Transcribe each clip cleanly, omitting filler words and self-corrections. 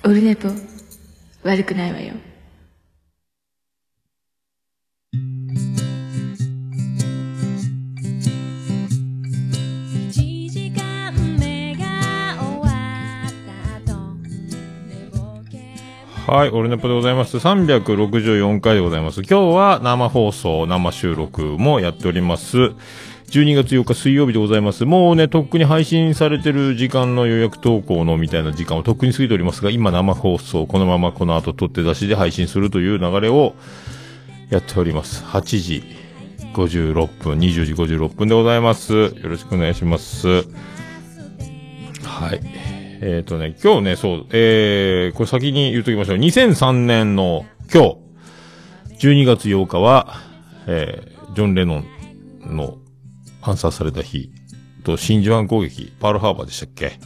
オルネポ悪くないわよ。 はい、オルネポでございます。364回でございます。今日は生放送、生収録もやっております。12月8日水曜日でございます。もうね、とっくに配信されてる時間の予約投稿のみたいな時間をとっくに過ぎておりますが、今生放送、このままこの後取って出しで配信するという流れをやっております。8時56分、20時56分でございます。よろしくお願いします。はい。今日ね、そう、これ先に言うときましょう。2003年の今日、12月8日は、ジョン・レノンの暗殺された日と真珠湾攻撃、パールハーバーでしたっけ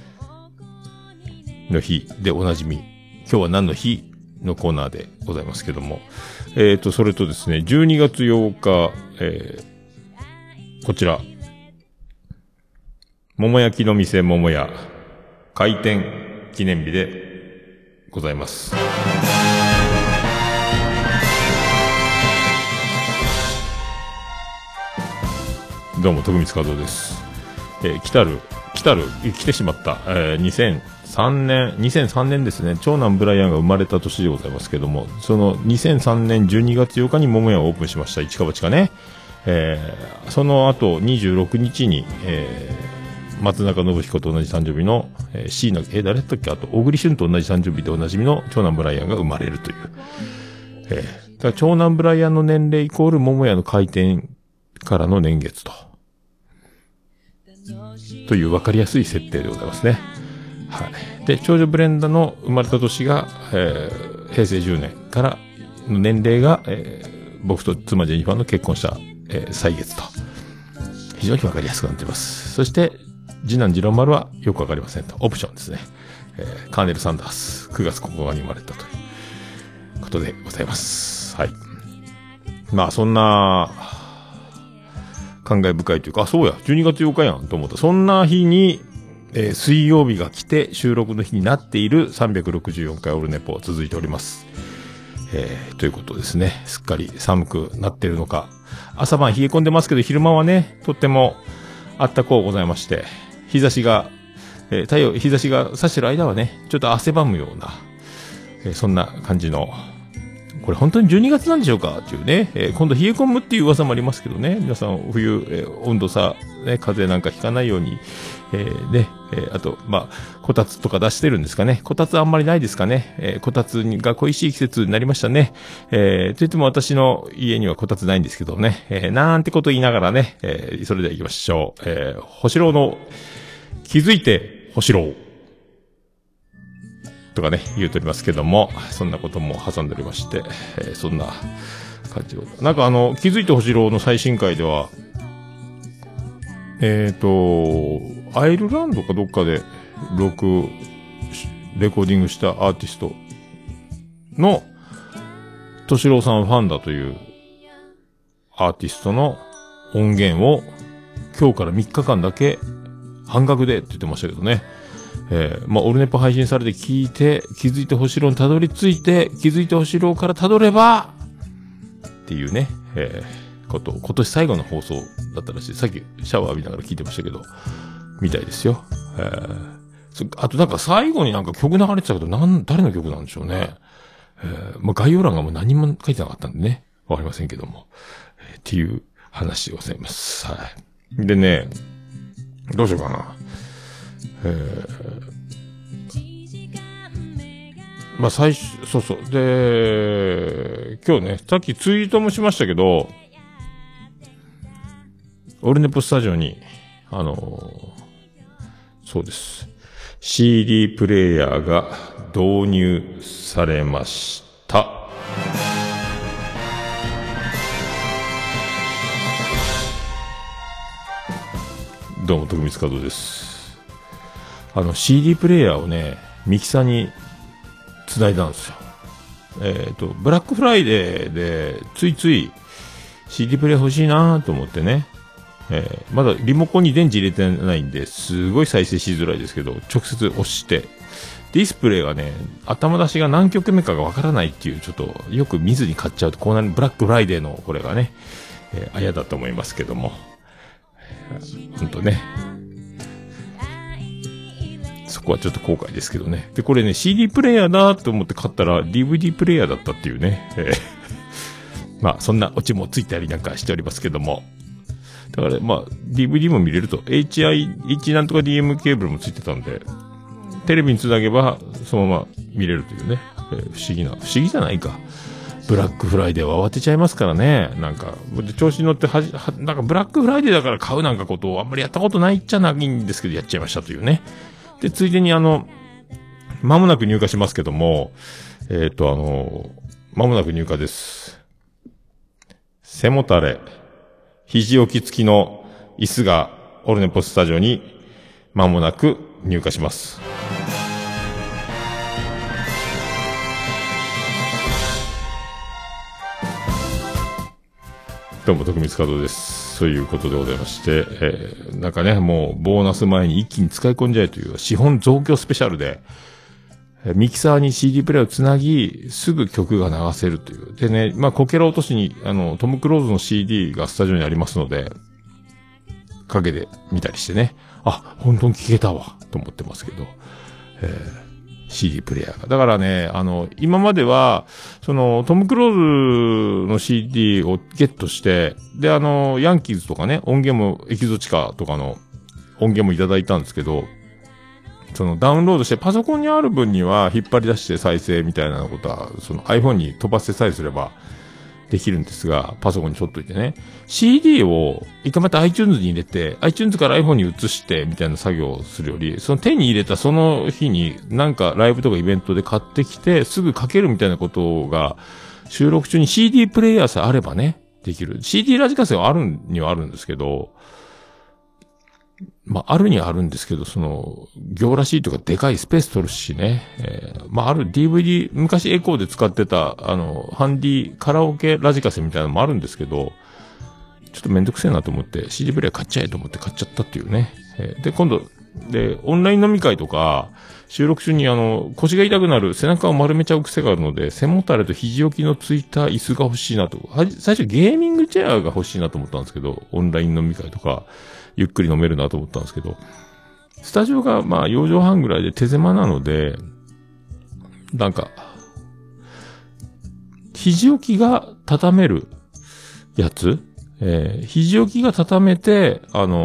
の日でおなじみ。今日は何の日のコーナーでございますけども。それとですね、12月8日、こちら。桃焼きの店桃屋。開店記念日でございます。どうも徳光和夫です。来てしまった、2003年ですね。長男ブライアンが生まれた年でございますけども、その2003年12月8日に桃屋をオープンしました。一か八かね。その後26日に、松中信彦と同じ誕生日の、椎名、誰だったっけ、あと、小栗旬と同じ誕生日でおなじみの長男ブライアンが生まれるという。だから長男ブライアンの年齢イコール桃屋の開店からの年月という分かりやすい設定でございますね。はい。で、長女ブレンダの生まれた年が、平成10年からの年齢が、僕と妻ジェニファーの結婚した、歳月と。非常に分かりやすくなっています。そして、次男次郎丸はよくわかりませんと。オプションですね。カーネル・サンダース。9月9日に生まれたということでございます。はい。まあ、そんな、感慨深いというか、あ、そうや、12月8日やんと思った。そんな日に、水曜日が来て収録の日になっている364回オルネポ続いております。ということですね。すっかり寒くなっているのか。朝晩冷え込んでますけど、昼間はね、とってもあったこうございまして、日差しが差してる間はね、ちょっと汗ばむような、そんな感じの、これ本当に12月なんでしょうかっていうね、今度冷え込むっていう噂もありますけどね、皆さん冬、温度差、ね、風邪なんかひかないように、あと、まあ、こたつとか出してるんですかね。こたつあんまりないですかね。こたつが恋しい季節になりましたね。と言っても私の家にはこたつないんですけどね。なんてこと言いながらね、それでは行きましょう。星郎の気づいて星郎とかね、言うとりますけども、そんなことも挟んでおりまして、そんな感じを。なんか気づいて星郎の最新回では、アイルランドかどっかでレコーディングしたアーティストの敏郎さんファンだというアーティストの音源を今日から3日間だけ半額でって言ってましたけどね。まあ、オルネポ配信されて聞いて、気づいて星郎にたどり着いて、気づいて星郎からたどればっていうね、今年最後の放送だったらしい。さっきシャワー浴びながら聞いてましたけど、みたいですよ。あとなんか最後になんか曲流れてたけど、誰の曲なんでしょうね。まあ、概要欄がもう何も書いてなかったんでね、わかりませんけども、っていう話でございます。はい。でね、どうしようかな。まあそう。で、今日ね、さっきツイートもしましたけど、オルネポスタジオに、そうです。CD プレイヤーが導入されました。どうも、徳光和夫です。CD プレイヤーをね、ミキサーに繋いだんですよ。ブラックフライデーで、ついつい CD プレイヤー欲しいなと思ってね。まだリモコンに電池入れてないんで、すごい再生しづらいですけど、直接押して、 ディスプレイがね、頭出しが何曲目かがわからないっていう、ちょっとよく見ずに買っちゃうと、こうなるブラックフライデーのこれがね、あやだと思いますけども。ほんとね。そこはちょっと後悔ですけどね。で、これね、CD プレイヤーだと思って買ったら DVD プレイヤーだったっていうね。まあ、そんなオチもついたりなんかしておりますけども。だから、まあ、DVD も見れると、H なんとか DM ケーブルもついてたんで、テレビにつなげば、そのまま見れるというね。不思議じゃないか。ブラックフライデーは慌てちゃいますからね。なんか、調子に乗ってなんかブラックフライデーだから買うなんかことをあんまりやったことないっちゃないんですけど、やっちゃいましたというね。で、ついでに間もなく入荷しますけども、間もなく入荷です。背もたれ、肘置き付きの椅子がオルネポスタジオに間もなく入荷します。どうも、徳光加藤です。そういうことでございまして、なんかね、もう、ボーナス前に一気に使い込んじゃえという、資本増強スペシャルで、ミキサーに CD プレイをつなぎ、すぐ曲が流せるという。でね、まあ、こけら落としに、トム・クローズの CD がスタジオにありますので、影で見たりしてね、あ、本当に聴けたわ、と思ってますけど、CD プレイヤーが。だからね、今までは、トム・クローズの CD をゲットして、で、ヤンキーズとかね、音源も、エキゾチカとかの音源もいただいたんですけど、ダウンロードして、パソコンにある分には引っ張り出して再生みたいなことは、iPhone に飛ばせさえすればできるんですが、パソコンに取っといてね、CD を一回また iTunes に入れて、iTunes から iPhone に移してみたいな作業をするより、手に入れたその日になんかライブとかイベントで買ってきて、すぐかけるみたいなことが、収録中に CD プレイヤーさえあればね、できる。CD ラジカセはあるにはあるんですけど、まあ、あるにはあるんですけど、行らしいというかでかいスペース取るしね。まあ、ある DVD、昔エコーで使ってた、ハンディカラオケラジカセみたいなのもあるんですけど、ちょっとめんどくせえなと思って、CD プレイヤー買っちゃえと思って買っちゃったっていうね。で、今度、オンライン飲み会とか、収録中に腰が痛くなる、背中を丸めちゃう癖があるので、背もたれと肘置きのついた椅子が欲しいなと。最初ゲーミングチェアが欲しいなと思ったんですけど、オンライン飲み会とか、ゆっくり飲めるなと思ったんですけど、スタジオがまあ4畳半ぐらいで手狭なので、なんか、肘置きが畳めるやつ、肘置きが畳めて、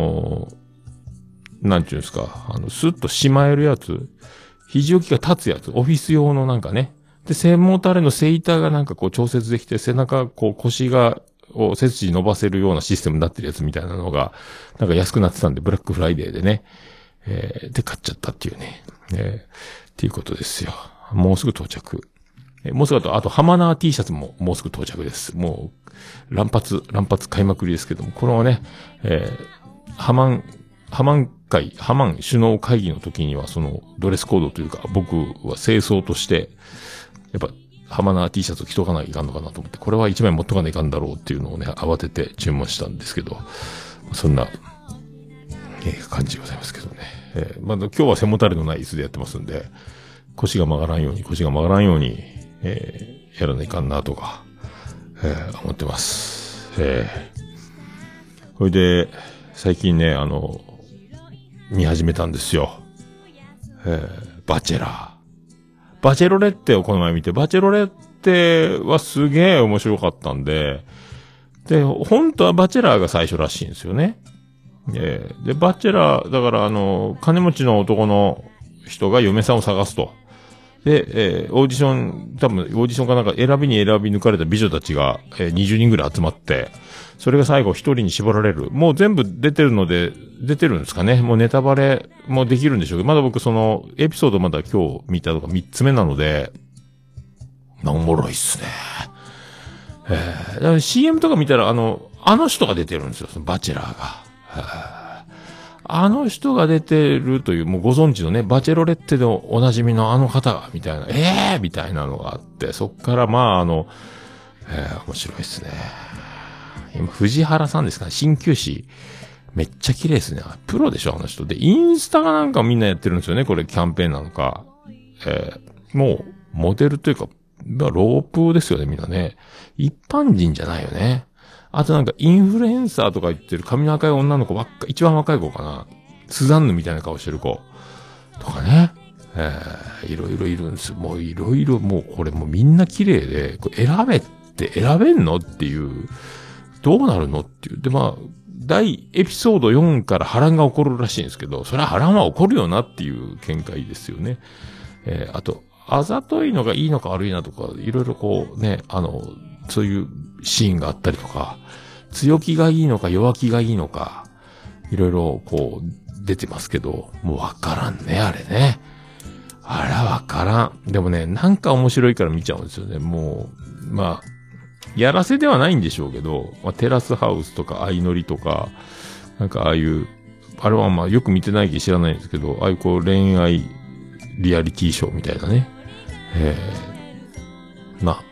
なんていうんですか、スッとしまえるやつ、肘置きが立つやつ、オフィス用のなんかね、で、背もたれの背板がなんかこう調節できて、背中、こう腰を背筋伸ばせるようなシステムになってるやつみたいなのが、なんか安くなってたんで、ブラックフライデーでね、で買っちゃったっていうね、っていうことですよ。もうすぐ到着。もうすぐあとハマナー T シャツももうすぐ到着です。もう、乱発買いまくりですけども、このね、ハマン首脳会議の時にはドレスコードというか、僕は清掃として、やっぱ、ハマナー T シャツを着とかないといかんのかなと思って、これは一枚持っとかないかんだろうっていうのをね、慌てて注文したんですけど、そんな、感じでございますけどね。まだ今日は背もたれのない椅子でやってますんで、腰が曲がらんように、やらないかんなとか、思ってます。それで、最近ね、見始めたんですよ。バチェロレッテをこの前見て、バチェロレッテはすげえ面白かったんで、で、本当はバチェラーが最初らしいんですよね。で、バチェラー、だから金持ちの男の人が嫁さんを探すと。で、オーディションかなんか選び抜かれた美女たちが、20人ぐらい集まって、それが最後一人に絞られる。もう全部出てるんですかね。もうネタバレもできるんでしょうけど、まだ僕エピソードまだ今日見たとか3つ目なので、おもろいっすね。だから CM とか見たらあの人が出てるんですよ、そのバチェラーが。あの人が出てるという、もうご存知のね、バチェロレッテでおなじみのあの方が、みたいな、みたいなのがあって、そっからまあ面白いですね。今、藤原さんですかね、鍼灸師。めっちゃ綺麗ですね。プロでしょ、あの人。で、インスタがなんかみんなやってるんですよね、これキャンペーンなのか。 もう、モデルというか、ロープですよね、みんなね。一般人じゃないよね。あとなんか、インフルエンサーとか言ってる髪の赤い女の子ばっか、一番若い子かな。スザンヌみたいな顔してる子。とかね。いろいろいるんです。もういろいろ、もうこれもうみんな綺麗で、これ選べって選べんのっていう、どうなるのっていう。で、まあ、エピソード4から波乱が起こるらしいんですけど、それは波乱は起こるよなっていう見解ですよね。あと、あざといのがいいのか悪いなとか、いろいろこうね、そういうシーンがあったりとか、強気がいいのか弱気がいいのか、いろいろこう出てますけど、もうわからんね、あれね。あらわからん。でもね、なんか面白いから見ちゃうんですよね。もう、まあ、やらせではないんでしょうけど、まあ、テラスハウスとか相乗りとか、なんかああいう、あれはまあよく見てないけ知らないんですけど、ああいうこう恋愛リアリティショーみたいなね。まあ、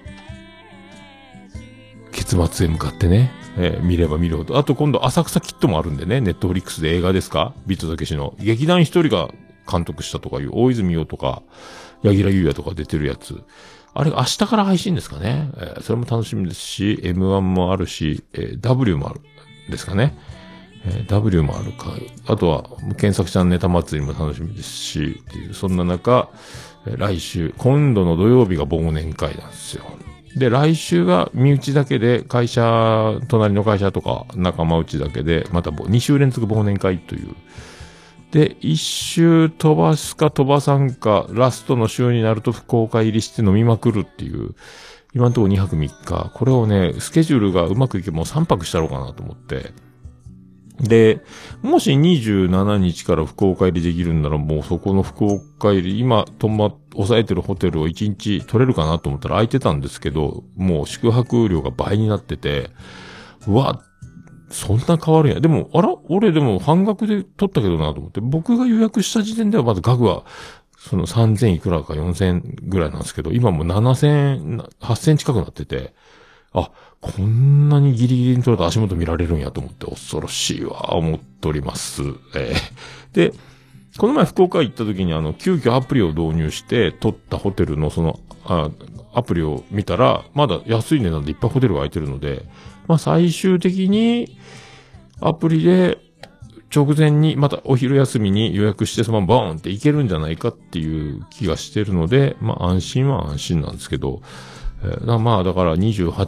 結末へ向かってね、見れば見るほど。あと今度浅草キッドもあるんでね、ネットフリックスで映画ですか？ビートたけしの。劇団一人が監督したとかいう、大泉洋とか、柳楽優弥とか出てるやつ。あれ明日から配信ですかね。それも楽しみですし、M1 もあるし、W もあるんですかね。W もあるか。あとは、検索ちゃんネタ祭りも楽しみですし、っていう、そんな中、来週、今度の土曜日が忘年会なんですよ。で、来週が身内だけで、隣の会社とか仲間内だけで、また2週連続忘年会という。で、1週飛ばすか飛ばさんか、ラストの週になると福岡入りして飲みまくるっていう、今のところ2泊3日。これをね、スケジュールがうまくいけばもう3泊したろうかなと思って。で、もし27日から福岡入りできるんならもうそこの福岡入り、今抑えてるホテルを1日取れるかなと思ったら空いてたんですけど、もう宿泊料が倍になってて、うわ、そんな変わるんや。でも、俺でも半額で取ったけどなと思って、僕が予約した時点ではまず額は、その3000いくらか4000ぐらいなんですけど、今もう7000、8000近くなってて、あ、こんなにギリギリに取れた足元見られるんやと思って恐ろしいわ、思っております。で、この前福岡行った時に急遽アプリを導入して取ったホテルのアプリを見たら、まだ安い値段でいっぱいホテルが空いてるので、まあ最終的にアプリで直前にまたお昼休みに予約してそのままバーンって行けるんじゃないかっていう気がしてるので、まあ安心は安心なんですけど、まあだから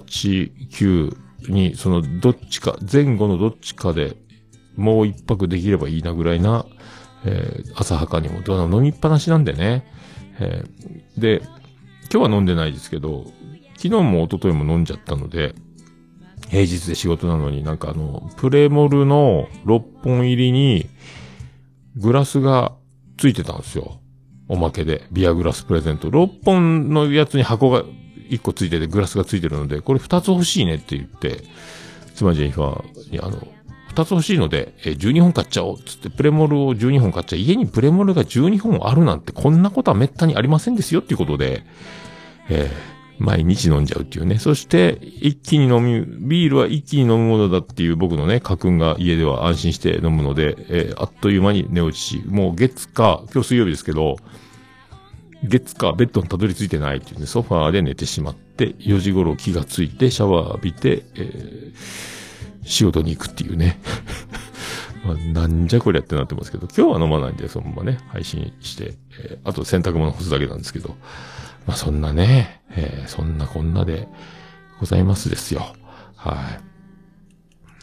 28、9にそのどっちか、前後のどっちかでもう一泊できればいいなぐらいな、浅はかにも、飲みっぱなしなんでね。で、今日は飲んでないですけど、昨日も一昨日も飲んじゃったので、平日で仕事なのになんかプレモルの6本入りにグラスがついてたんですよ。おまけで。ビアグラスプレゼント。6本のやつに箱が1個ついててグラスがついてるので、これ2つ欲しいねって言って、妻ジェニファーに2つ欲しいので、12本買っちゃおうつってプレモルを12本買っちゃう。家にプレモルが12本あるなんてこんなことはめったにありませんですよっていうことで、毎日飲んじゃうっていうね。そして、ビールは一気に飲むものだっていう僕のね、家訓が家では安心して飲むので、あっという間に寝落ちし、もう今日水曜日ですけど、ベッドにたどり着いてないっていうね、ソファーで寝てしまって、4時頃気がついて、シャワー浴びて、仕事に行くっていうね。まあ、なんじゃこりゃってなってますけど、今日は飲まないんで、そのままね、配信して、あと洗濯物干すだけなんですけど、まあそんなね、そんなこんなでございますですよ。はい。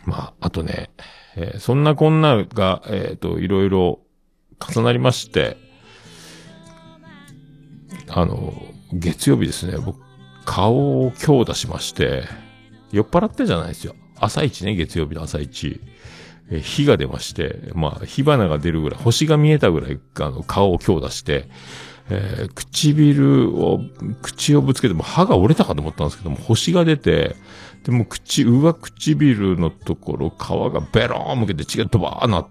まあ、あとね、そんなこんなが、いろいろ重なりまして、月曜日ですね、僕、顔を強打しまして、酔っ払ってじゃないですよ。朝一ね、月曜日の朝一。火が出まして、まあ、火花が出るぐらい、星が見えたぐらい、顔を強打して、口をぶつけても歯が折れたかと思ったんですけども、星が出て、でも上唇のところ、皮がベローン向けて血がドバーなって、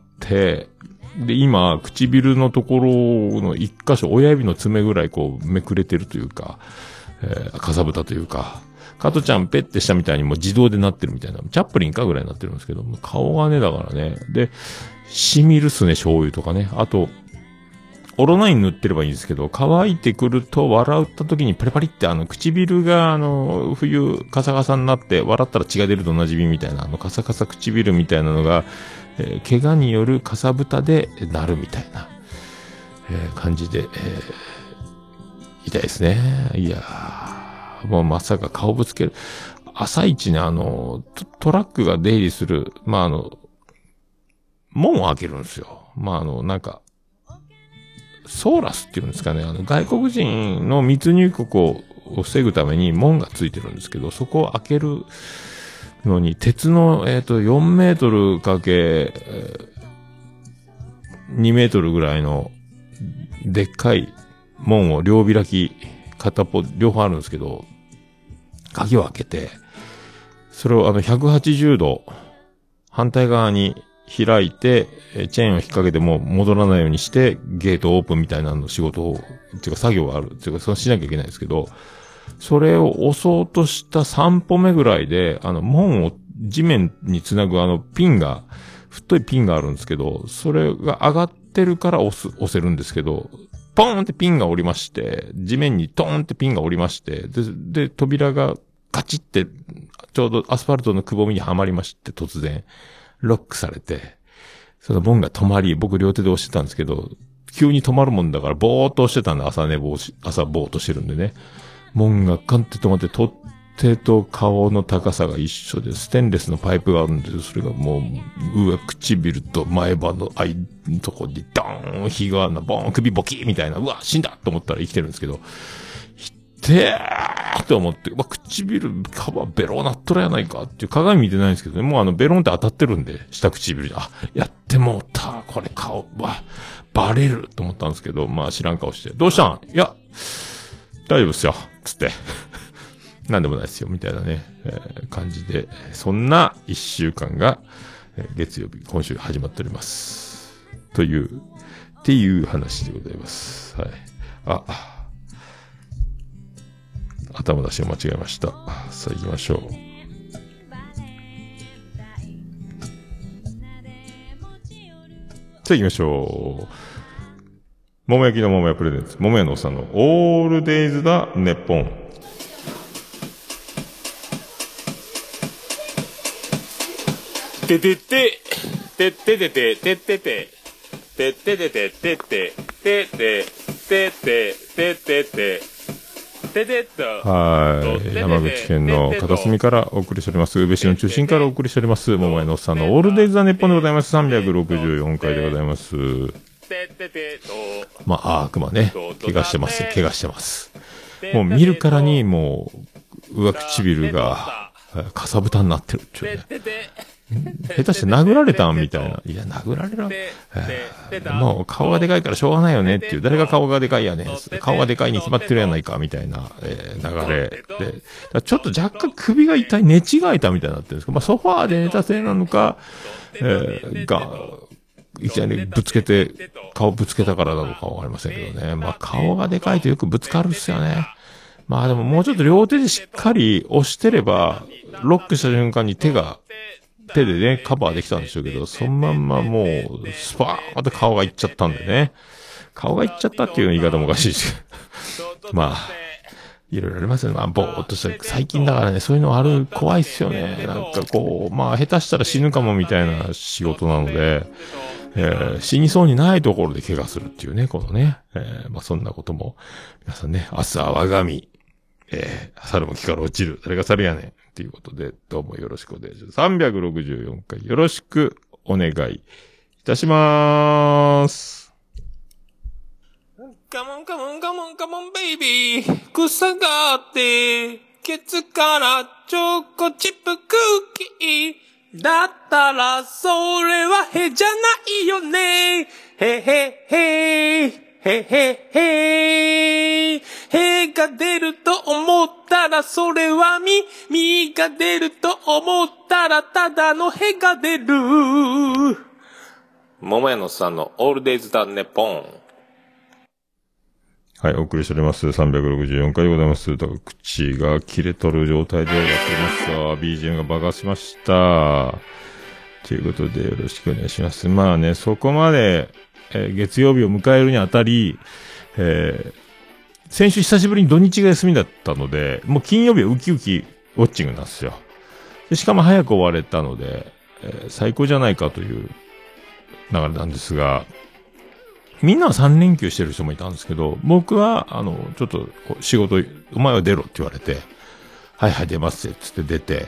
で、今、唇のところの一箇所、親指の爪ぐらいこう、めくれてるというか、かさぶたというか、加トちゃんペッてしたみたいにもう自動でなってるみたいな、チャップリンかぐらいになってるんですけど、顔がね、だからね、で、染みるっすね、醤油とかね。あと、 オロナイン塗ってればいいんですけど、乾いてくると笑った時にパリパリって唇が冬カサカサになって笑ったら血が出るとおなじみみたいなカサカサ唇みたいなのが、怪我によるかさぶたでなるみたいな、感じで、痛いですね。いやー、もうまさか顔ぶつける。朝一ね、トラックが出入りする、門を開けるんですよ。なんか、ソーラスっていうんですかね、外国人の密入国を防ぐために門がついてるんですけど、そこを開けるのに、鉄の、4メートルかけ、2メートルぐらいの、でっかい門を両開き、両方あるんですけど、鍵を開けて、それを180度、反対側に開いて、チェーンを引っ掛けても戻らないようにして、ゲートオープンみたいなの仕事を、っていうか作業がある。っていうか、そうしなきゃいけないんですけど、それを押そうとした3歩目ぐらいで、門を地面につなぐピンが、太いピンがあるんですけど、それが上がってるから押せるんですけど、ポーンってピンが降りまして、地面にトーンってピンが降りまして、で、扉がガチって、ちょうどアスファルトのくぼみにはまりまして、突然、ロックされて、その門が止まり、僕両手で押してたんですけど、急に止まるもんだからぼーっと押してたんで、朝ぼーっとしてるんでね。門がカンって止まって、取っ手と顔の高さが一緒で、ステンレスのパイプがあるんですよ。それがもう、唇と前歯のとこにドーン、火がボーン、首ボキーみたいな、うわ、死んだと思ったら生きてるんですけど、でーと思って、唇、皮ベローなっとるやないかっていう鏡見てないんですけどね、もうベロンって当たってるんで、下唇に、やってもうた、これ顔、バレると思ったんですけど、知らん顔して、どうしたん？いや、大丈夫ですよ、つって。なんでもないですよ、みたいなね、感じで、そんな一週間が、月曜日、今週始まっております。っていう話でございます。はい。頭出しを間違えました。さあ行きましょう。さあ行きましょう。桃焼きの桃屋プレゼンツ。桃屋のおっさんのオールデイズだネッポン。ててて、てててて、ててて、てててて、ててて、ててて、ててて、はい。山口県の片隅からお送りしております。宇部市の中心からお送りしております。桃屋のおっさんのオールデイズ・ザ・ネッポンでございます。364回でございます。悪魔ね。怪我してます。もう見るからにもう、上唇が、かさぶたになってるっていうね。下手して殴られたんみたいな。いや、殴られる。もう顔がでかいからしょうがないよねっていう。誰が顔がでかいやねん。顔がでかいに決まってるやないかみたいな、流れで。ちょっと若干首が痛い、寝違えたみたいになってるんですけど、ソファーで寝たせいなのか、いきなり顔ぶつけたからだとかわかりませんけどね。顔がでかいとよくぶつかるっすよね。でももうちょっと両手でしっかり押してれば、ロックした瞬間に手でね、カバーできたんでしょうけど、そのまんまもう、スパーンって顔がいっちゃったんでね。顔がいっちゃったっていう言い方もおかしいし。いろいろありますよね。ぼーっとした。最近だからね、そういうのある、怖いっすよね。なんかこう、下手したら死ぬかもみたいな仕事なので、死にそうにないところで怪我するっていうね、このね。そんなことも、皆さんね、朝我が身、猿も木から落ちる。誰が猿やねん。ということで、どうもよろしくお願いします。364回よろしくお願いいたしまーす。カモンカモンカモンカモンベイビー。草があって、ケツからチョコチップクッキー。だったら、それはへじゃないよね。へへへー。へへへー。へが出ると思ったらそれはみが出ると思ったらただのへが出る。桃屋のさんのオールデイズだネポン。はい、お送りしております。364回でございます。口が切れとる状態でやっております。BGM が爆発しました。ということでよろしくお願いします。そこまで、 月曜日を迎えるにあたり、先週久しぶりに土日が休みだったので、もう金曜日はウキウキウォッチングなんですよ。でしかも早く終われたので、最高じゃないかという流れなんですが、みんなは3連休してる人もいたんですけど、僕は、ちょっと仕事、お前は出ろって言われて、はいはい出ますってつって出て、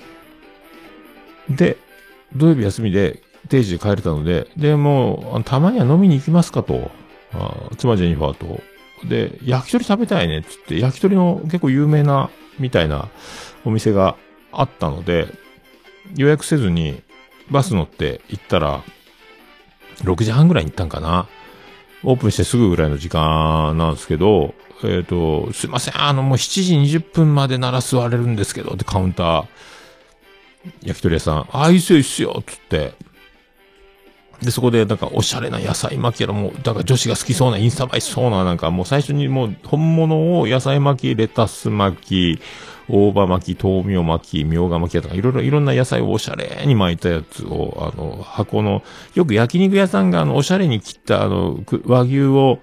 で、土曜日休みで定時で帰れたので、で、もう、たまには飲みに行きますかと、妻ジェニファーと、で、焼き鳥食べたいねって言って、焼き鳥の結構有名な、みたいなお店があったので、予約せずにバス乗って行ったら、6時半ぐらいに行ったんかな。オープンしてすぐぐらいの時間なんですけど、すいません、もう7時20分までなら座れるんですけど、ってカウンター、焼き鳥屋さん、いいっすよいいっすよ、つって、で、そこで、なんか、おしゃれな野菜巻きやら、もう、だから女子が好きそうな、インスタ映えしそうな、なんか、もう最初にもう、本物を野菜巻き、レタス巻き、大葉巻き、豆苗巻き、みょうが巻きやとか、いろんな野菜をおしゃれに巻いたやつを、箱の、よく焼肉屋さんが、おしゃれに切った、和牛を、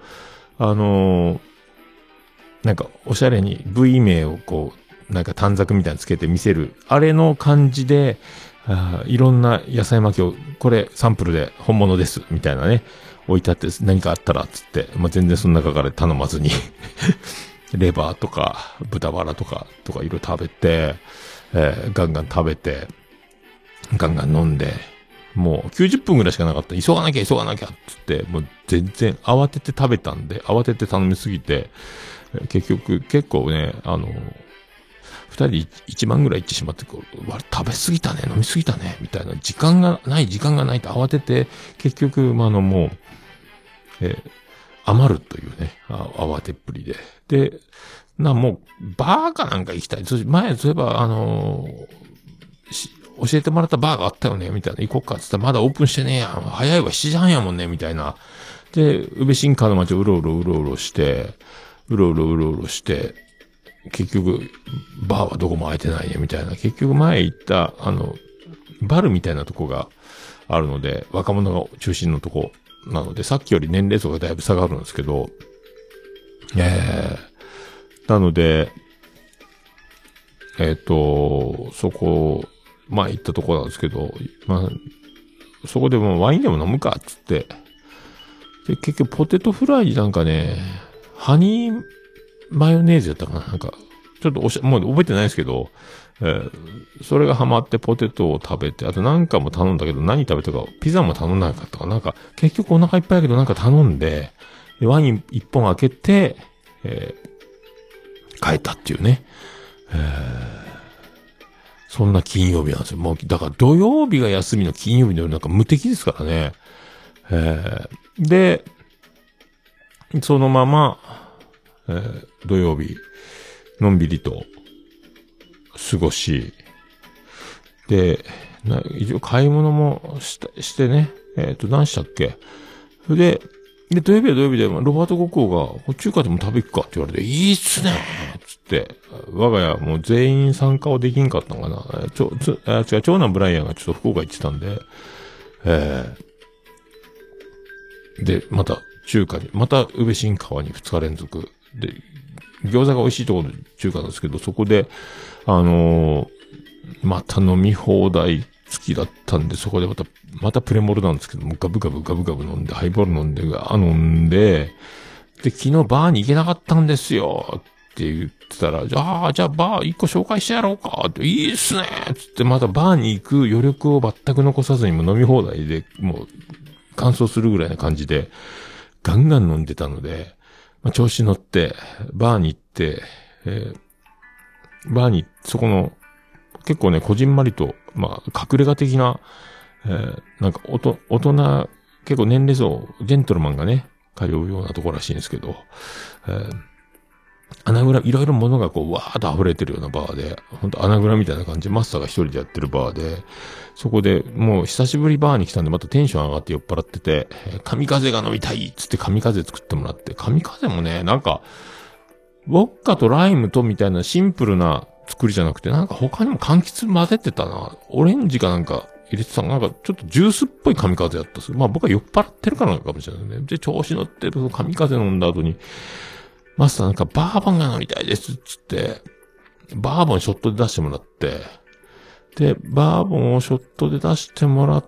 なんか、おしゃれに部位名をこう、なんか短冊みたいにつけて見せる、あれの感じで、いろんな野菜巻きを、これサンプルで本物です、みたいなね、置いてあって、何かあったら、つって、まあ、全然その中から頼まずに、レバーとか、豚バラとかいろいろ食べて、ガンガン食べて、ガンガン飲んで、もう90分ぐらいしかなかった。急がなきゃ、つって、もう全然慌てて食べたんで、慌てて頼みすぎて、結構ね、二人1万ぐらい行ってしまって、食べ過ぎたね、飲み過ぎたね、みたいな、時間がないと慌てて、結局、もう、余るというね、慌てっぷりで。で、もう、バーかなんか行きたい。前、そういえば、教えてもらったバーがあったよね、みたいな、行こうか、つったら、まだオープンしてねえやん。早いわ、7時半やもんね、みたいな。で、宇部新川の街をうろうろして、結局、バーはどこも開いてないね、みたいな。結局前行った、バルみたいなとこがあるので、若者が中心のとこなので、さっきより年齢層がだいぶ下がるんですけど、なので、そこ、前行ったとこなんですけど、そこでもワインでも飲むか、つって。で、結局ポテトフライなんかね、ハニーマヨネーズやったかな、なんか、ちょっともう覚えてないですけど、それがハマってポテトを食べて、あとなんかも頼んだけど何食べたか、ピザも頼んなかったかなんか、結局お腹いっぱいやけどなんか頼んで、ワイン一本開けて、帰ったっていうね。そんな金曜日なんですよ。もう、だから土曜日が休みの金曜日の夜なんか無敵ですからね。で、そのまま、土曜日、のんびりと過ごし、で、一応買い物もしてね、何したっけ？で、土曜日は土曜日で、ロバート国王が、中華でも食べ行くかって言われて、いいっすねつって、我が家もう全員参加はできんかったのかな。長男ブライアンがちょっと福岡行ってたんで、で、また中華に、また宇部新川に2日連続で、餃子が美味しいところで中華なんですけど、そこで、また飲み放題付きだったんで、そこでまたプレモルなんですけども、ガブガブ飲んで、ハイボール飲んで、飲んで、で、昨日バーに行けなかったんですよ、って言ってたら、じゃあバー1個紹介してやろうか、って、いいっすねつってまたバーに行く余力を全く残さずにも飲み放題で、もう、乾燥するぐらいな感じで、ガンガン飲んでたので、調子乗って、バーに行って、そこの、結構ね、こじんまりと、隠れ家的な、なんか、大人、結構年齢層、ジェントルマンがね、通うようなところらしいんですけど、穴蔵、いろいろ物がこう、わーっと溢れてるようなバーで、ほんと穴蔵みたいな感じ、マスターが一人でやってるバーで、そこでもう久しぶりバーに来たんで、またテンション上がって酔っ払ってて、神風が飲みたいっつって神風作ってもらって、神風もね、なんか、ウォッカとライムとみたいなシンプルな作りじゃなくて、なんか他にも柑橘混ぜてたな。オレンジかなんか入れてたのなんかちょっとジュースっぽい神風やったんですよ。まあ僕は酔っ払ってるからかもしれないね。で、調子乗ってる神風飲んだ後に、マスターなんかバーボンが飲みたいですっつって、バーボンショットで出してもらって、で、バーボンをショットで出してもらって、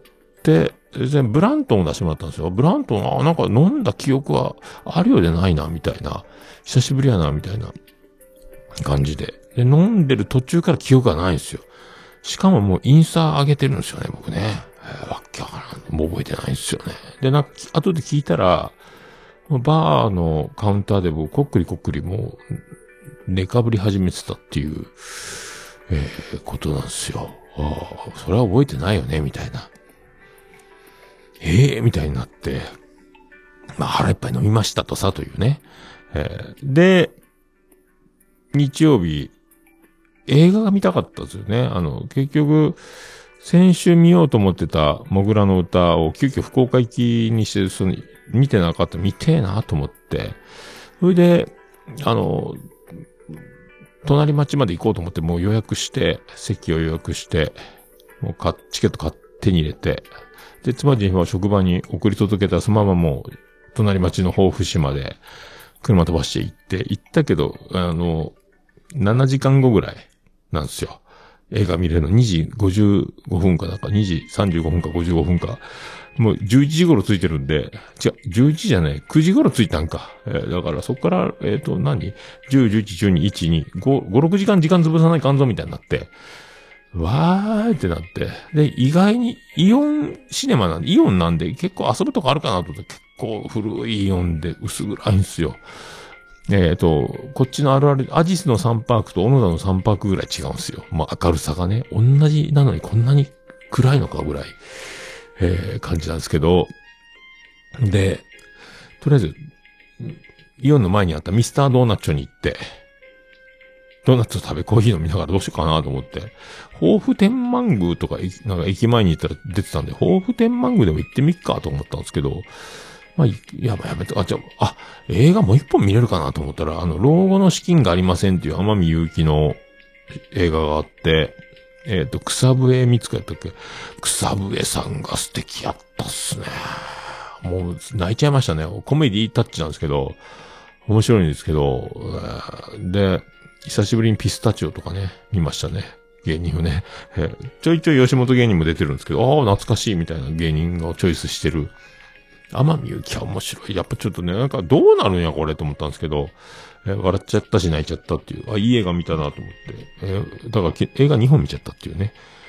で、ブラントンを出してもらったんですよ。ブラントン、なんか飲んだ記憶はあるようでないな、みたいな。久しぶりやな、みたいな感じで。で、飲んでる途中から記憶がないんですよ。しかももうインスタ上げてるんですよね、僕ね。わっきゃからん。もう覚えてないんですよね。で、後で聞いたら、バーのカウンターで僕、こっくりもう、寝かぶり始めてたっていう、ことなんですよ。それは覚えてないよね、みたいな。みたいになって、まあ腹いっぱい飲みましたとさ、というね。で、日曜日、映画が見たかったですよね。結局、先週見ようと思ってたモグラの歌を急遽福岡行きにして、見てなかった、見てえなと思って。それで、隣町まで行こうと思ってもう予約して、席を予約して、もうチケット手に入れて、で、妻人は職場に送り届けたそのままもう、隣町の防府市まで、車飛ばして行ったけど、7時間後ぐらいなんですよ。映画見れるの2時55分かなんか、2時35分か55分か。もう11時頃着いてるんで、違う、11時じゃない、9時頃着いたんか。だからそっから、10、11、12、1、2、5、6時間潰さないかんぞみたいになって、わーってなって。で、意外にイオンシネマなんで、イオンなんで結構遊ぶとこあるかなと思って、結構古いイオンで薄暗いんですよ。こっちのあるある、アジスの3パークと小野田の3パークぐらい違うんですよ。まあ明るさがね、同じなのにこんなに暗いのかぐらい、感じなんですけど。で、とりあえず、イオンの前にあったミスタードーナッチョに行って、ドーナツを食べコーヒー飲みながらどうしようかなと思って、防府天満宮とか、なんか駅前に行ったら出てたんで、防府天満宮でも行ってみっかと思ったんですけど、まあ、やめて、映画もう一本見れるかなと思ったら、老後の資金がありませんっていう天海祐希の映画があって、草笛光子やったっけ？草笛さんが素敵やったっすね。もう泣いちゃいましたね。コメディタッチなんですけど、面白いんですけど、で、久しぶりにピスタチオとかね、見ましたね。芸人をね。ちょいちょい吉本芸人も出てるんですけど、懐かしいみたいな芸人がチョイスしてる。天海祐希は面白い。やっぱちょっとね、なんかどうなるんやこれと思ったんですけど、笑っちゃったし泣いちゃったっていう。いい映画見たなと思って。だから映画2本見ちゃったっていうね。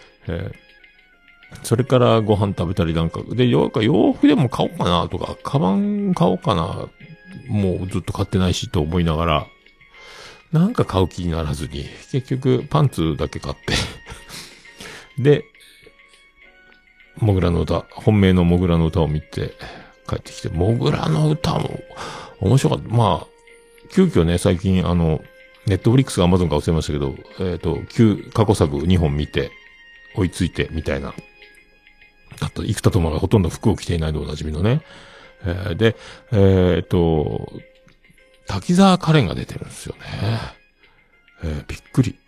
それからご飯食べたりなんか、で、洋服でも買おうかなとか、カバン買おうかな、もうずっと買ってないしと思いながら、なんか買う気にならずに、結局パンツだけ買ってで、モグラの歌、本命のモグラの歌を見て帰ってきて、モグラの歌も面白かった。まあ、急遽ね、最近ネットフリックスがアマゾンか忘れましたけど、過去作2本見て、追いついてみたいな。あと、生田斗真がほとんど服を着ていないでおなじみのね。で、滝沢カレンが出てるんですよね。びっくり。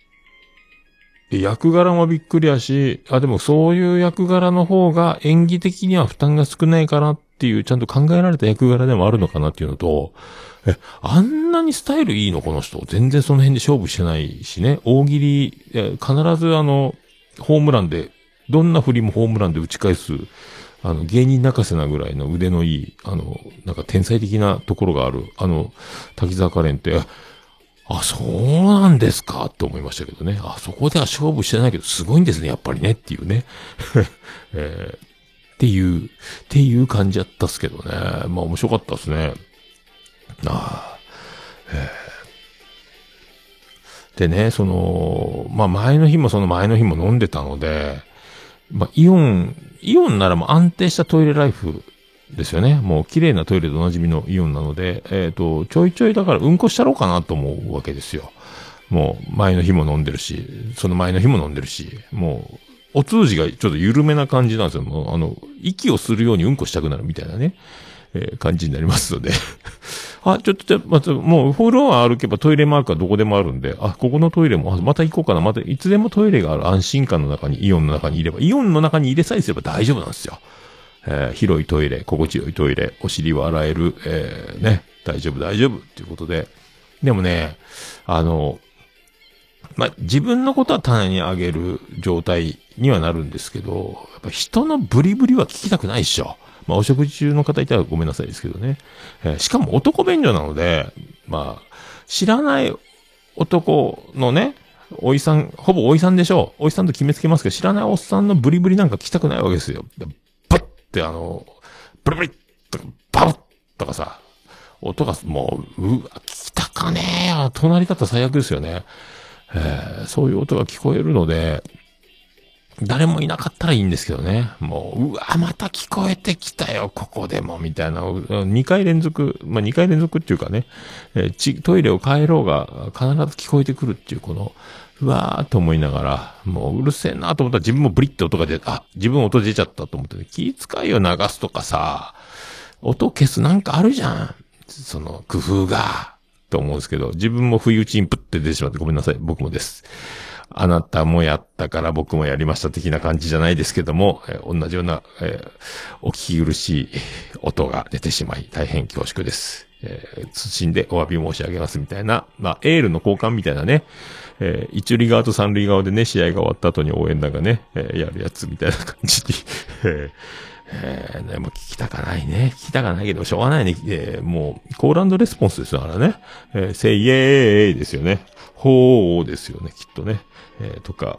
役柄もびっくりやし、でもそういう役柄の方が演技的には負担が少ないかなっていう、ちゃんと考えられた役柄でもあるのかなっていうのと、あんなにスタイルいいのこの人。全然その辺で勝負してないしね。大喜利、必ずホームランで、どんな振りもホームランで打ち返す、芸人泣かせなぐらいの腕のいい、なんか天才的なところがある、滝沢カレンって、そうなんですかって思いましたけどね。そこでは勝負してないけど、すごいんですね、やっぱりね、っていうね。っていう感じだったっすけどね。まあ面白かったっすね。でね、まあ前の日もその前の日も飲んでたので、まあイオンならもう安定したトイレライフですよね。もう綺麗なトイレでおなじみのイオンなので、ちょいちょいだからうんこしたろうかなと思うわけですよ。もう前の日も飲んでるし、その前の日も飲んでるし、もう、お通じがちょっと緩めな感じなんですよ。もう息をするようにうんこしたくなるみたいなね、感じになりますので。 あ、ちょっと、もうフロア歩けばトイレマークはどこでもあるんで、あ、ここのトイレも、また行こうかな、また、いつでもトイレがある安心感の中に、イオンの中にいれば、イオンの中に入れさえすれば大丈夫なんですよ。広いトイレ、心地よいトイレ、お尻は洗える、ね、大丈夫っていうことで。でもね、自分のことは棚にあげる状態にはなるんですけど、やっぱ人のブリブリは聞きたくないっしょ。お食事中の方いたらごめんなさいですけどね。しかも男便所なので、知らない男のね、おいさん、ほぼおいさんでしょう。おいさんと決めつけますけど、知らないおっさんのブリブリなんか聞きたくないわけですよ。バッってブリブリとか、バッとかさ、音がもう、聞きたかねえよ。隣だったら最悪ですよね。そういう音が聞こえるので、誰もいなかったらいいんですけどね。もう、また聞こえてきたよ、ここでも、みたいな。2回連続、2回連続っていうかね、トイレを変えろうが必ず聞こえてくるっていう、この、うわーと思いながら、もううるせえなと思ったら自分もブリッて音が出て、自分音出ちゃったと思って、気遣いを流すとかさ、音消すなんかあるじゃん。その工夫が、と思うんですけど、自分も不意打ちにプッて出てしまってごめんなさい。僕もです。あなたもやったから僕もやりました的な感じじゃないですけども、同じような、お聞き苦しい音が出てしまい大変恐縮です。謹んでお詫び申し上げますみたいな、エールの交換みたいなね、一塁側と三塁側でね、試合が終わった後に応援団がね、やるやつみたいな感じに、もう聞きたかないね。聞きたかないけど、しょうがないね。もう、コール&レスポンスですよ、あれね。せいえーいですよね。ほーですよね、きっとね。とか、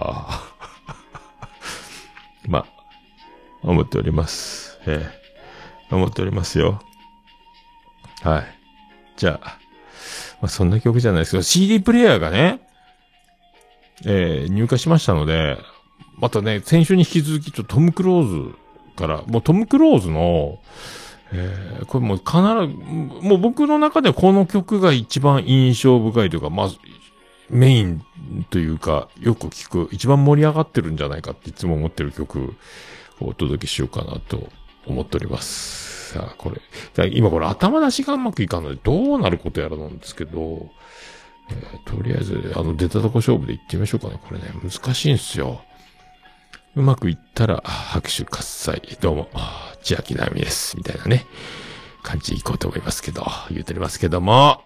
思っております。思っておりますよ。はい。じゃあ、そんな曲じゃないですけど、CD プレイヤーがね、入荷しましたので、またね、先週に引き続きトム・クローズから、もうトム・クローズの、これもう必ず、もう僕の中ではこの曲が一番印象深いというか、メインというか、よく聞く、一番盛り上がってるんじゃないかっていつも思ってる曲をお届けしようかなと思っております。さあ、これ、今これ頭出しがうまくいかんのでどうなることやらなんですけど、とりあえず、出たとこ勝負で行ってみましょうかね。これね、難しいんですよ。うまくいったら、拍手喝采。どうも、千秋直美です。みたいなね、感じで行こうと思いますけど、言うとりますけども、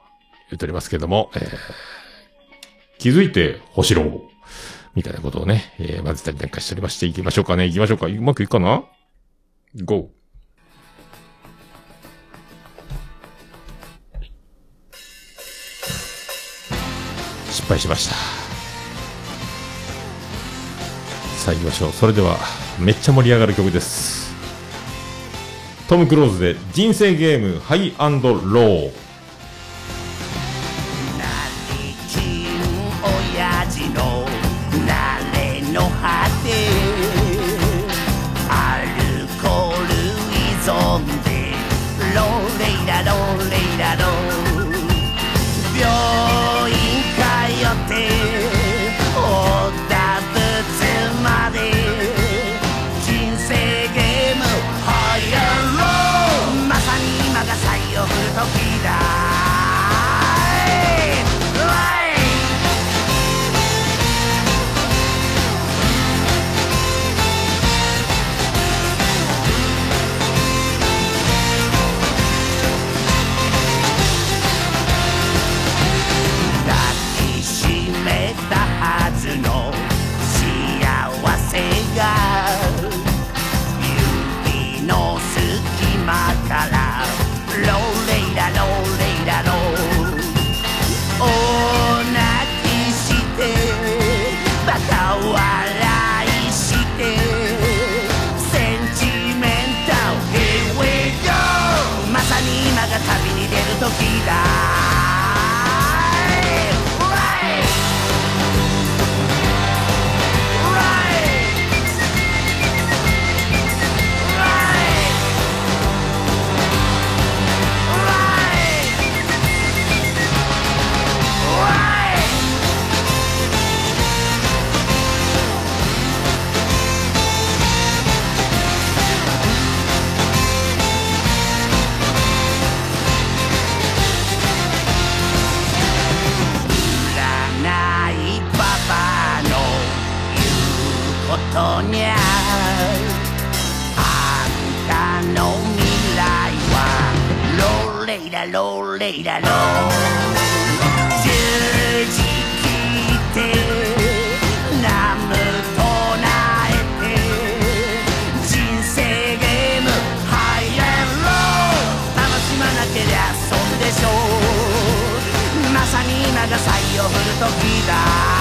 気づいて星ろう。みたいなことをね、混ぜたりなんかしておりまして、行きましょうか。うまくいくかな ?GO。失敗しました。さあ行きましょう。それでは、めっちゃ盛り上がる曲です。トム・クローズで人生ゲームハイ&ロー。 親父の慣れの果て、アルコール依存でローレイラローレイラロー、病院通っておだぶつまで、人生ゲームハイ&ロー、まさに今が最後振る時だ。 ロレイラロ十字切って南無唱えて人生ゲームハイエンロー楽しまなけりゃ損でしょうまさに今が採用振る時だ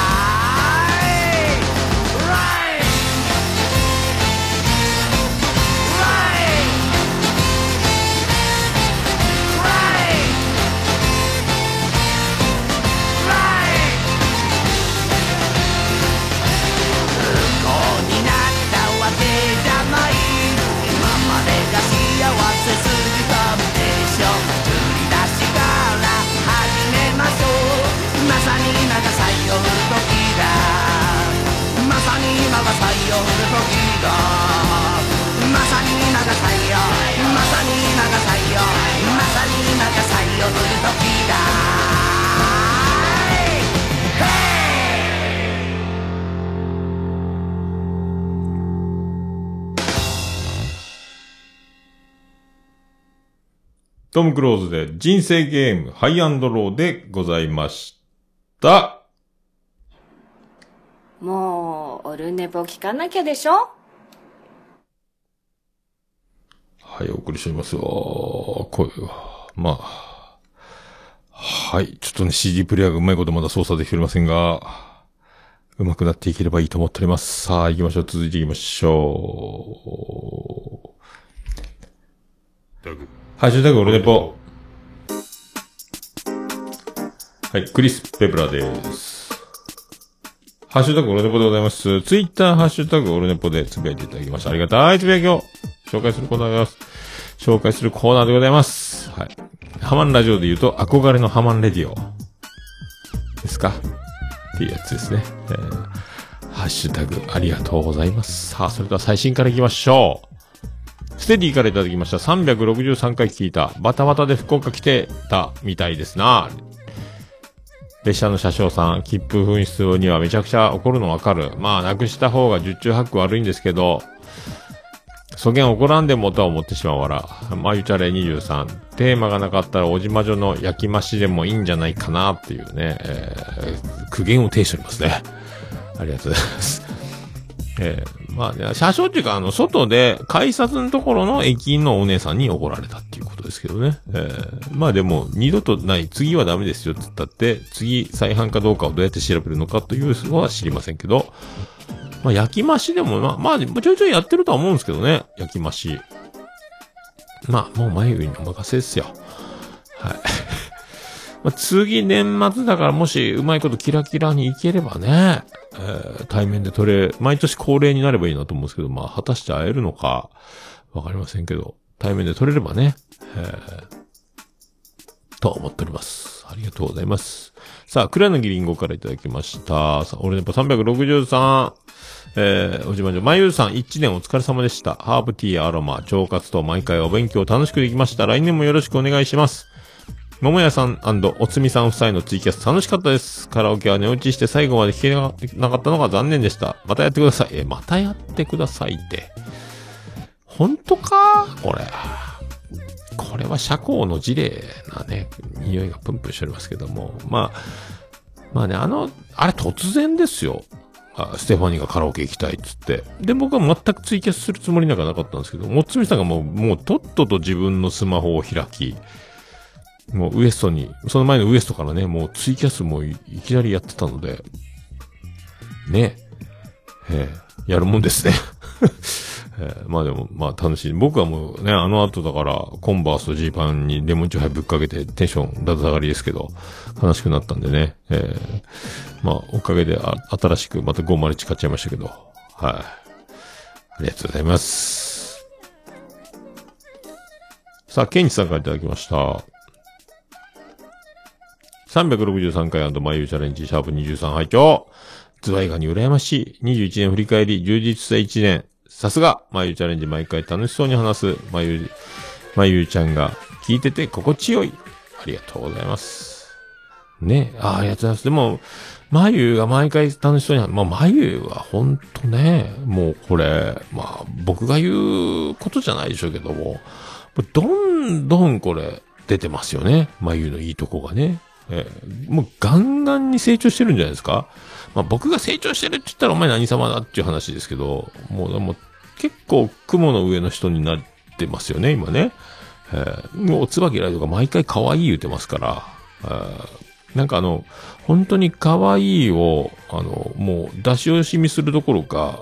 トム・クローズで人生ゲームハイアンドローでございました。 もう、オルネポ聞かなきゃでしょ？ はい、お送りしておりますよ。声は。まあ。はい。ちょっとね、CD プレイヤーがうまいことまだ操作できておりませんが、うまくなっていければいいと思っております。さあ、行きましょう。続いて行きましょう。ハッシュタグオルネポ。はい、クリス・ペプラです。ハッシュタグオルネポでございます。ツイッターハッシュタグオルネポでつぶやいていただきました。ありがたいつぶやきを紹介するコーナーでございます。紹介するコーナーでございます。はい。ハマンラジオで言うと、憧れのハマンレディオ。ですかっていうやつですね。ハッシュタグありがとうございます。さあ、それでは最新から行きましょう。ステディからいただきました。363回聞いた。バタバタで福岡来てたみたいですな。列車の車掌さん、切符紛失にはめちゃくちゃ怒るのわかる。まあ、なくした方が十中八九悪いんですけど、そげん怒らんでもとは思ってしまうわら。まゆちゃれ23。テーマがなかったらおじまじょの焼き増しでもいいんじゃないかなっていうね、苦言を呈しておりますね。ありがとうございます。まあね、車掌っていうか、外で、改札のところの駅員のお姉さんに怒られたっていうことですけどね。まあでも、二度とない、次はダメですよって言ったって、次、再犯かどうかをどうやって調べるのかというのは知りませんけど、まあ焼き増しでも、まあ、ちょいちょいやってるとは思うんですけどね、焼き増し。まあ、もう眉毛にお任せですよ。はい。まあ、次年末だからもしうまいことキラキラにいければね、対面で毎年恒例になればいいなと思うんですけど、まあ果たして会えるのかわかりませんけど、対面で撮れればね、と思っております。ありがとうございます。さあ、倉柳りんごからいただきました。さあ、俺ねぽ363、おじまじょ、まゆうさん、1年お疲れ様でした。ハーブティーやアロマ、腸活と毎回お勉強楽しくできました。来年もよろしくお願いします。桃屋さん&おつみさん夫妻のツイキャス楽しかったです。カラオケは寝落ちして最後まで聴けなかったのが残念でした。またやってください。またやってくださいって。本当かこれは社交の事例なね、匂いがプンプンしておりますけども。まあね、あれ突然ですよ。ステファニーがカラオケ行きたいっつって。で、僕は全くツイキャスするつもりなんかなかったんですけど、おつみさんがもうとっとと自分のスマホを開き、もうウエストに、その前のウエストからね、もうツイキャスもいきなりやってたので、ね、やるもんですね。まあでも、まあ楽しい。僕はもうね、あの後だから、コンバースとジーパンにレモンチューハイぶっかけてテンションだだ下がりですけど、悲しくなったんでね、まあおかげで新しくまた501買っちゃいましたけど、はい。ありがとうございます。さあ、ケンチさんからいただきました。363回&眉チャレンジシャープ23拝聴。ズワイガニ羨ましい。21年振り返り、充実した1年。さすが、眉チャレンジ毎回楽しそうに話す、眉ちゃんが聞いてて心地よい。ありがとうございます。ね、ありがとうございます。でも、眉が毎回楽しそうに、まあ、眉はほんとね、もうこれ、まあ、僕が言うことじゃないでしょうけども、どんどんこれ、 出てますよね。眉のいいとこがね。もうガンガンに成長してるんじゃないですか。まあ僕が成長してるって言ったらお前何様だっていう話ですけど、もう結構雲の上の人になってますよね、今ね。もう椿ライドが毎回可愛い言うてますから、なんか本当に可愛いを、もう出し惜しみするどころか、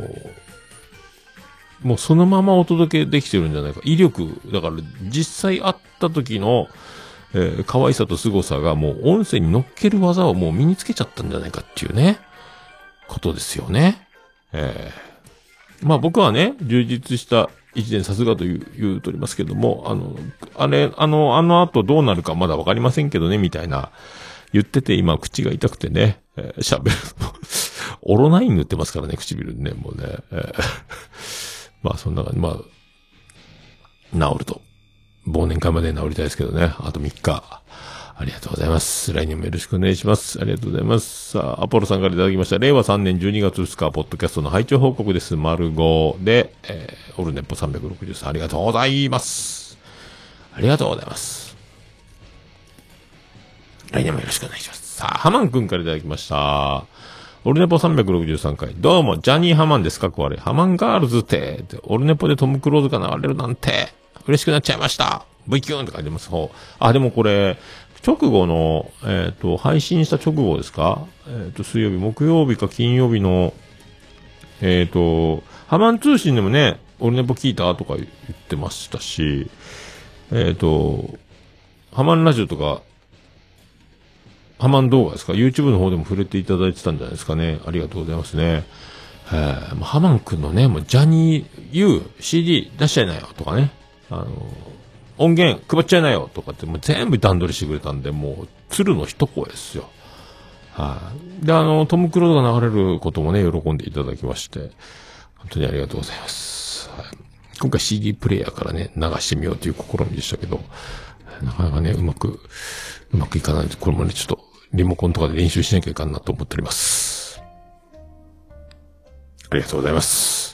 もうそのままお届けできてるんじゃないか。威力、だから実際会った時の、可愛さと凄さがもう音声に乗っける技をもう身につけちゃったんじゃないかっていうね、ことですよね。まあ僕はね、充実した一年さすがと言うとりますけども、あの後どうなるかまだわかりませんけどね、みたいな、言ってて今口が痛くてね、喋る。オロナイン塗ってますからね、唇にね、もうね。まあそんな感じ、まあ、治ると。忘年会まで治りたいですけどね。あと3日。ありがとうございます。来年もよろしくお願いします。ありがとうございます。さあ、アポロさんからいただきました。令和3年12月2日、ポッドキャストの拝聴報告です。丸5で、オルネポ363。ありがとうございます。ありがとうございます。来年もよろしくお願いします。さあ、ハマンくんからいただきました。オルネポ363回。どうも、ジャニーハマンですか、これ。ハマンガールズって、オルネポでトム・クローズが流れるなんて、嬉しくなっちゃいました。V キューンって書いてます。あ、でもこれ、直後の、配信した直後ですか？水曜日、木曜日か金曜日の、ハマン通信でもね、オルネポ聞いたとか言ってましたし、ハマンラジオとか、ハマン動画ですか？ YouTube の方でも触れていただいてたんじゃないですかね。ありがとうございますね。ハマンくんのね、もうジャニー CD 出しちゃいなよとかね。音源配っちゃいなよとかってもう全部段取りしてくれたんで、もう鶴の一声ですよ。で、トム・クローズが流れることもね、喜んでいただきまして、本当にありがとうございます。今回 CD プレイヤーからね、流してみようという試みでしたけど、なかなかね、うまくいかないんで、これもね、ちょっとリモコンとかで練習しなきゃいかんなと思っております。ありがとうございます。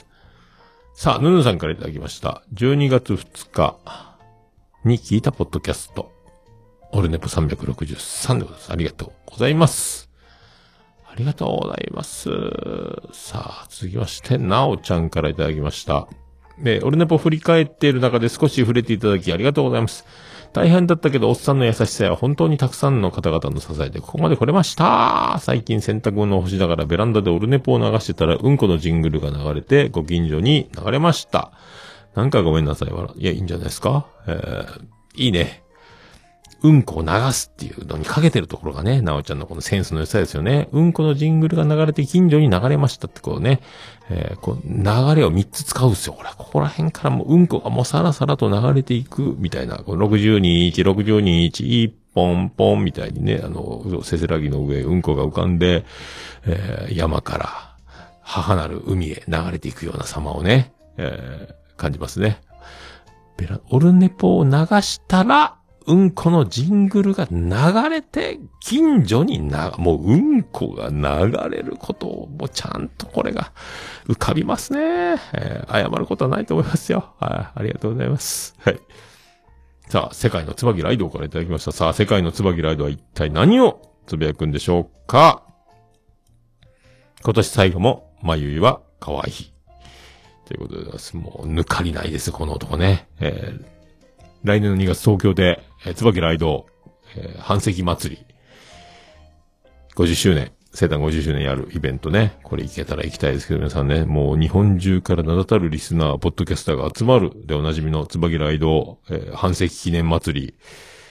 さあ、ヌヌさんからいただきました。12月2日に聞いたポッドキャスト。オルネポ363でございます。ありがとうございます。ありがとうございます。さあ、続きまして、なおちゃんからいただきました。で、オルネポ振り返っている中で少し触れていただきありがとうございます。大変だったけど、おっさんの優しさや本当にたくさんの方々の支えでここまで来れました。最近洗濯物を干しながらベランダでオルネポを流してたらうんこのジングルが流れてご近所に流れました。なんかごめんなさい。いや、いいんじゃないですか。いいね。うんこを流すっていうのにかけてるところがね、なおちゃんのこのセンスの良さですよね。うんこのジングルが流れて近所に流れましたってこうね、こう流れを3つ使うんですよ。ここら辺からもううんこがもうさらさらと流れていくみたいな、この62、1ポンポンみたいにね、せせらぎの上、うんこが浮かんで、山から母なる海へ流れていくような様をね、感じますね。オルネポを流したら、うんこのジングルが流れて、近所にもううんこが流れることを、もうちゃんとこれが浮かびますね。謝ることはないと思いますよ。ありがとうございます。はい。さあ、世界の椿ライドからいただきました。さあ、世界の椿ライドは一体何をつぶやくんでしょうか？今年最後も、まゆいは可愛い。ということでございます。もう、抜かりないです、この男ね。来年の2月東京で、椿ライド、半世紀祭り、50周年、生誕50周年やるイベントね。これ行けたら行きたいですけど、皆さんね、もう日本中から名だたるリスナー、ポッドキャスターが集まるでおなじみの椿ライド、半世紀記念祭り、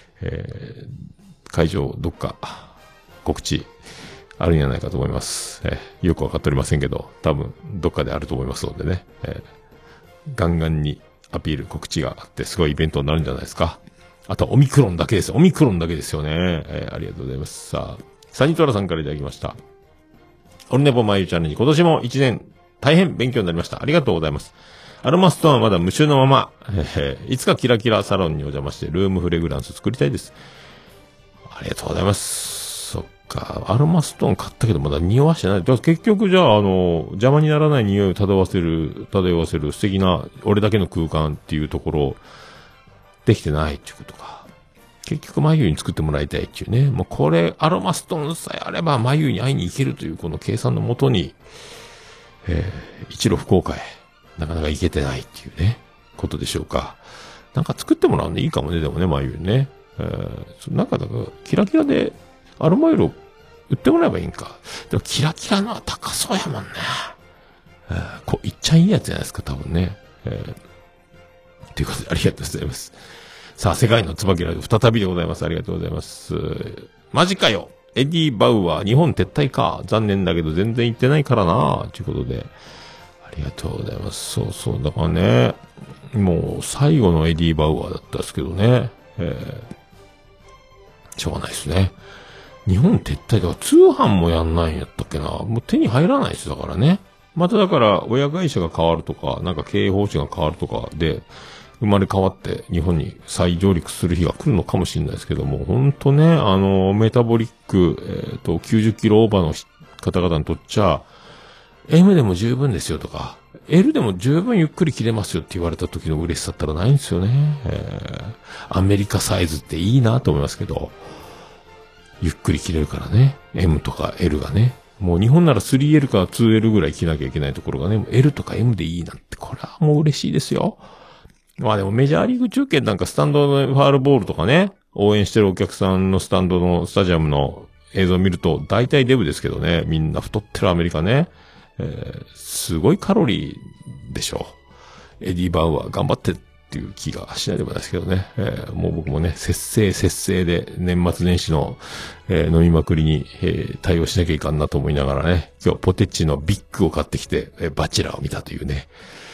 会場どっか告知あるんじゃないかと思います。よくわかっておりませんけど、多分どっかであると思いますのでね、ガンガンにアピール告知があってすごいイベントになるんじゃないですか。あとオミクロンだけです。オミクロンだけですよね。ありがとうございます。さあ、サニトラさんからいただきました。オルネポマイユチャレンジ、今年も1年大変勉強になりました。ありがとうございます。アロマストーンはまだ無臭のまま、いつかキラキラサロンにお邪魔してルームフレグランス作りたいです。ありがとうございます。そっか、アロマストーン買ったけどまだ匂わしてない。結局じゃあ邪魔にならない匂いを漂わせる素敵な俺だけの空間っていうところできてないっていうことか。 結局眉に作ってもらいたいっていうね。もうこれ、アロマストーンさえあれば眉に会いに行けるというこの計算のもとに、一路福岡へなかなか行けてないっていうね、ことでしょうか。なんか作ってもらうんでいいかもね、でもね、眉にね。なんかだから、キラキラでアロマオイルを売ってもらえばいいんか。でもキラキラのは高そうやもんね。こう、いっちゃいいやつじゃないですか、多分ね。ということで、ありがとうございます。さあ、世界の椿ライド再びでございます。ありがとうございます。マジかよ。エディ・バウアー、日本撤退か。残念だけど全然行ってないからな。ということで、ありがとうございます。そうそう。だからね、もう最後のエディ・バウアーだったんですけどね。しょうがないですね。日本撤退だから通販もやんないんやったっけな。もう手に入らないですだからね。まただから親会社が変わるとか、なんか経営方針が変わるとかで、生まれ変わって日本に再上陸する日が来るのかもしれないですけども、ほんとね、メタボリック、90キロオーバーの方々にとっちゃ、M でも十分ですよとか、L でも十分ゆっくり切れますよって言われた時の嬉しさったらないんですよね。アメリカサイズっていいなと思いますけど、ゆっくり切れるからね。M とか L がね。もう日本なら 3L か 2L ぐらい着なきゃいけないところがね、L とか M でいいなんて、これはもう嬉しいですよ。まあでもメジャーリーグ中継なんかスタンドのファールボールとかね、応援してるお客さんのスタンドのスタジアムの映像を見ると大体デブですけどね、みんな太ってるアメリカね。すごいカロリーでしょう。エディ・バウアー頑張ってっていう気がしないでもないですけどね。もう僕もね、節制で年末年始の、飲みまくりに、対応しなきゃいかんなと思いながらね、今日ポテチのビッグを買ってきて、バチェラーを見たというね。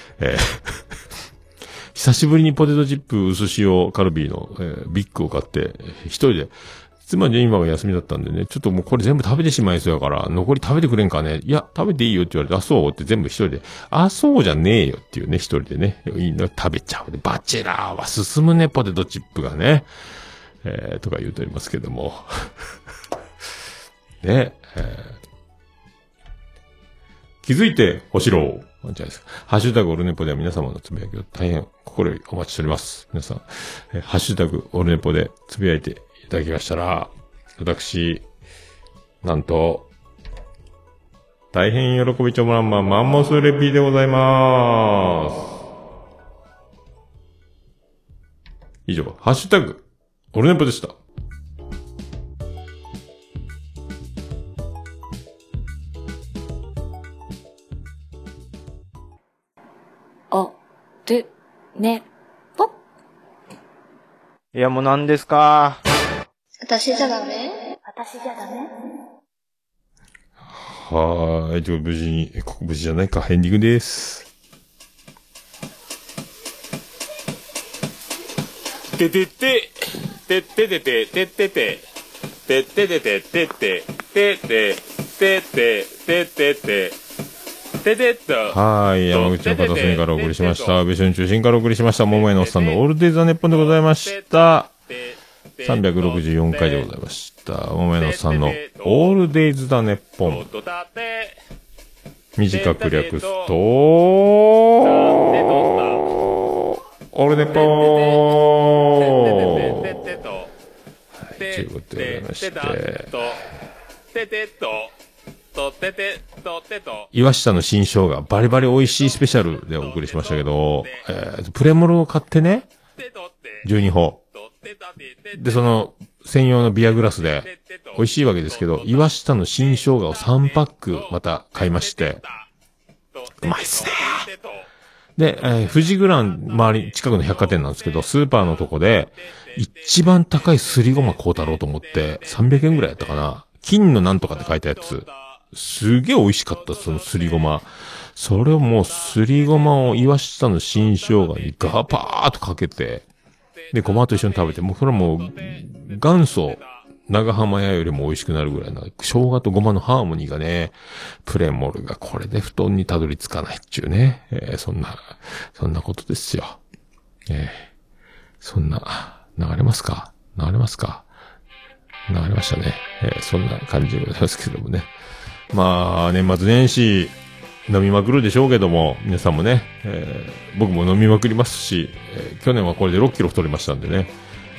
久しぶりにポテトチップ薄塩カルビーの、ビッグを買って、一人で、妻に今が休みだったんでね、ちょっともうこれ全部食べてしまいそうやから、残り食べてくれんかね。いや、食べていいよって言われて、あ、そうって全部一人で、あ、そうじゃねえよっていうね、一人でね、いいの食べちゃう。バチェラーは進むね、ポテトチップがね。とか言うておりますけども。ね、気づいて、ほしろう。じゃないですか。ハッシュタグオルネポでは皆様のつぶやきを大変心よりお待ちしております。皆さん、ハッシュタグオルネポでつぶやいていただきましたら、私、なんと、大変喜びちょもらんまマンモスレピーでございまーす。以上、ハッシュタグオルネポでした。 ね、ぽっ。 いやもう何ですか。 私じゃダメ？ はーい、無事に、無事じゃないか、エンディングです。ててて、てててて、ててて、てててて、てて、てて、てて、ててて、はい、山口の片隅からお送りしました。安倍首中心からお送りしました。桃屋のおっさんのオールデイズ・ザ・ネッポンでございました。364回でございました。桃屋のおっさんのオールデイズ・ザ・ネッポン。短く略すと、オールネポーン。はい、ということでございまして。岩下の新生姜バリバリ美味しいスペシャルでお送りしましたけど、プレモルを買ってね、12本。で、その専用のビアグラスで美味しいわけですけど、岩下の新生姜を3パックまた買いまして、うまいっすね。で、富士グラン周り近くの百貨店なんですけど、スーパーのとこで一番高いすりごま買うたろうと思って300円ぐらいやったかな。金のなんとかって書いたやつ。すげえ美味しかった、そのすりごま。それをもうすりごまを岩下の新生姜にガパーっとかけて、で、ごまと一緒に食べて、もうそれはもう元祖長浜屋よりも美味しくなるぐらいな、生姜とごまのハーモニーがね、プレモルがこれで布団にたどり着かないっちゅうね。そんなことですよ。そんな、流れますか流れましたね。そんな感じでございますけどもね。まあ、年末年始、飲みまくるでしょうけども、皆さんもね、僕も飲みまくりますし、去年はこれで6キロ太りましたんでね、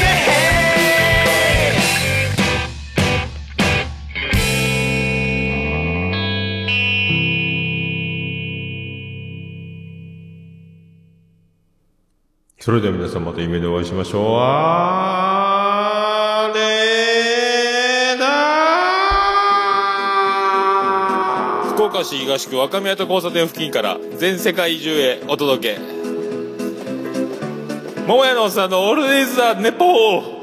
それでは皆さんまた夢でお会いしましょう。あれだ福岡市東区若宮と交差点付近から全世界中へお届け。桃屋のおっさんのオールディーズ・ザ・ネポー。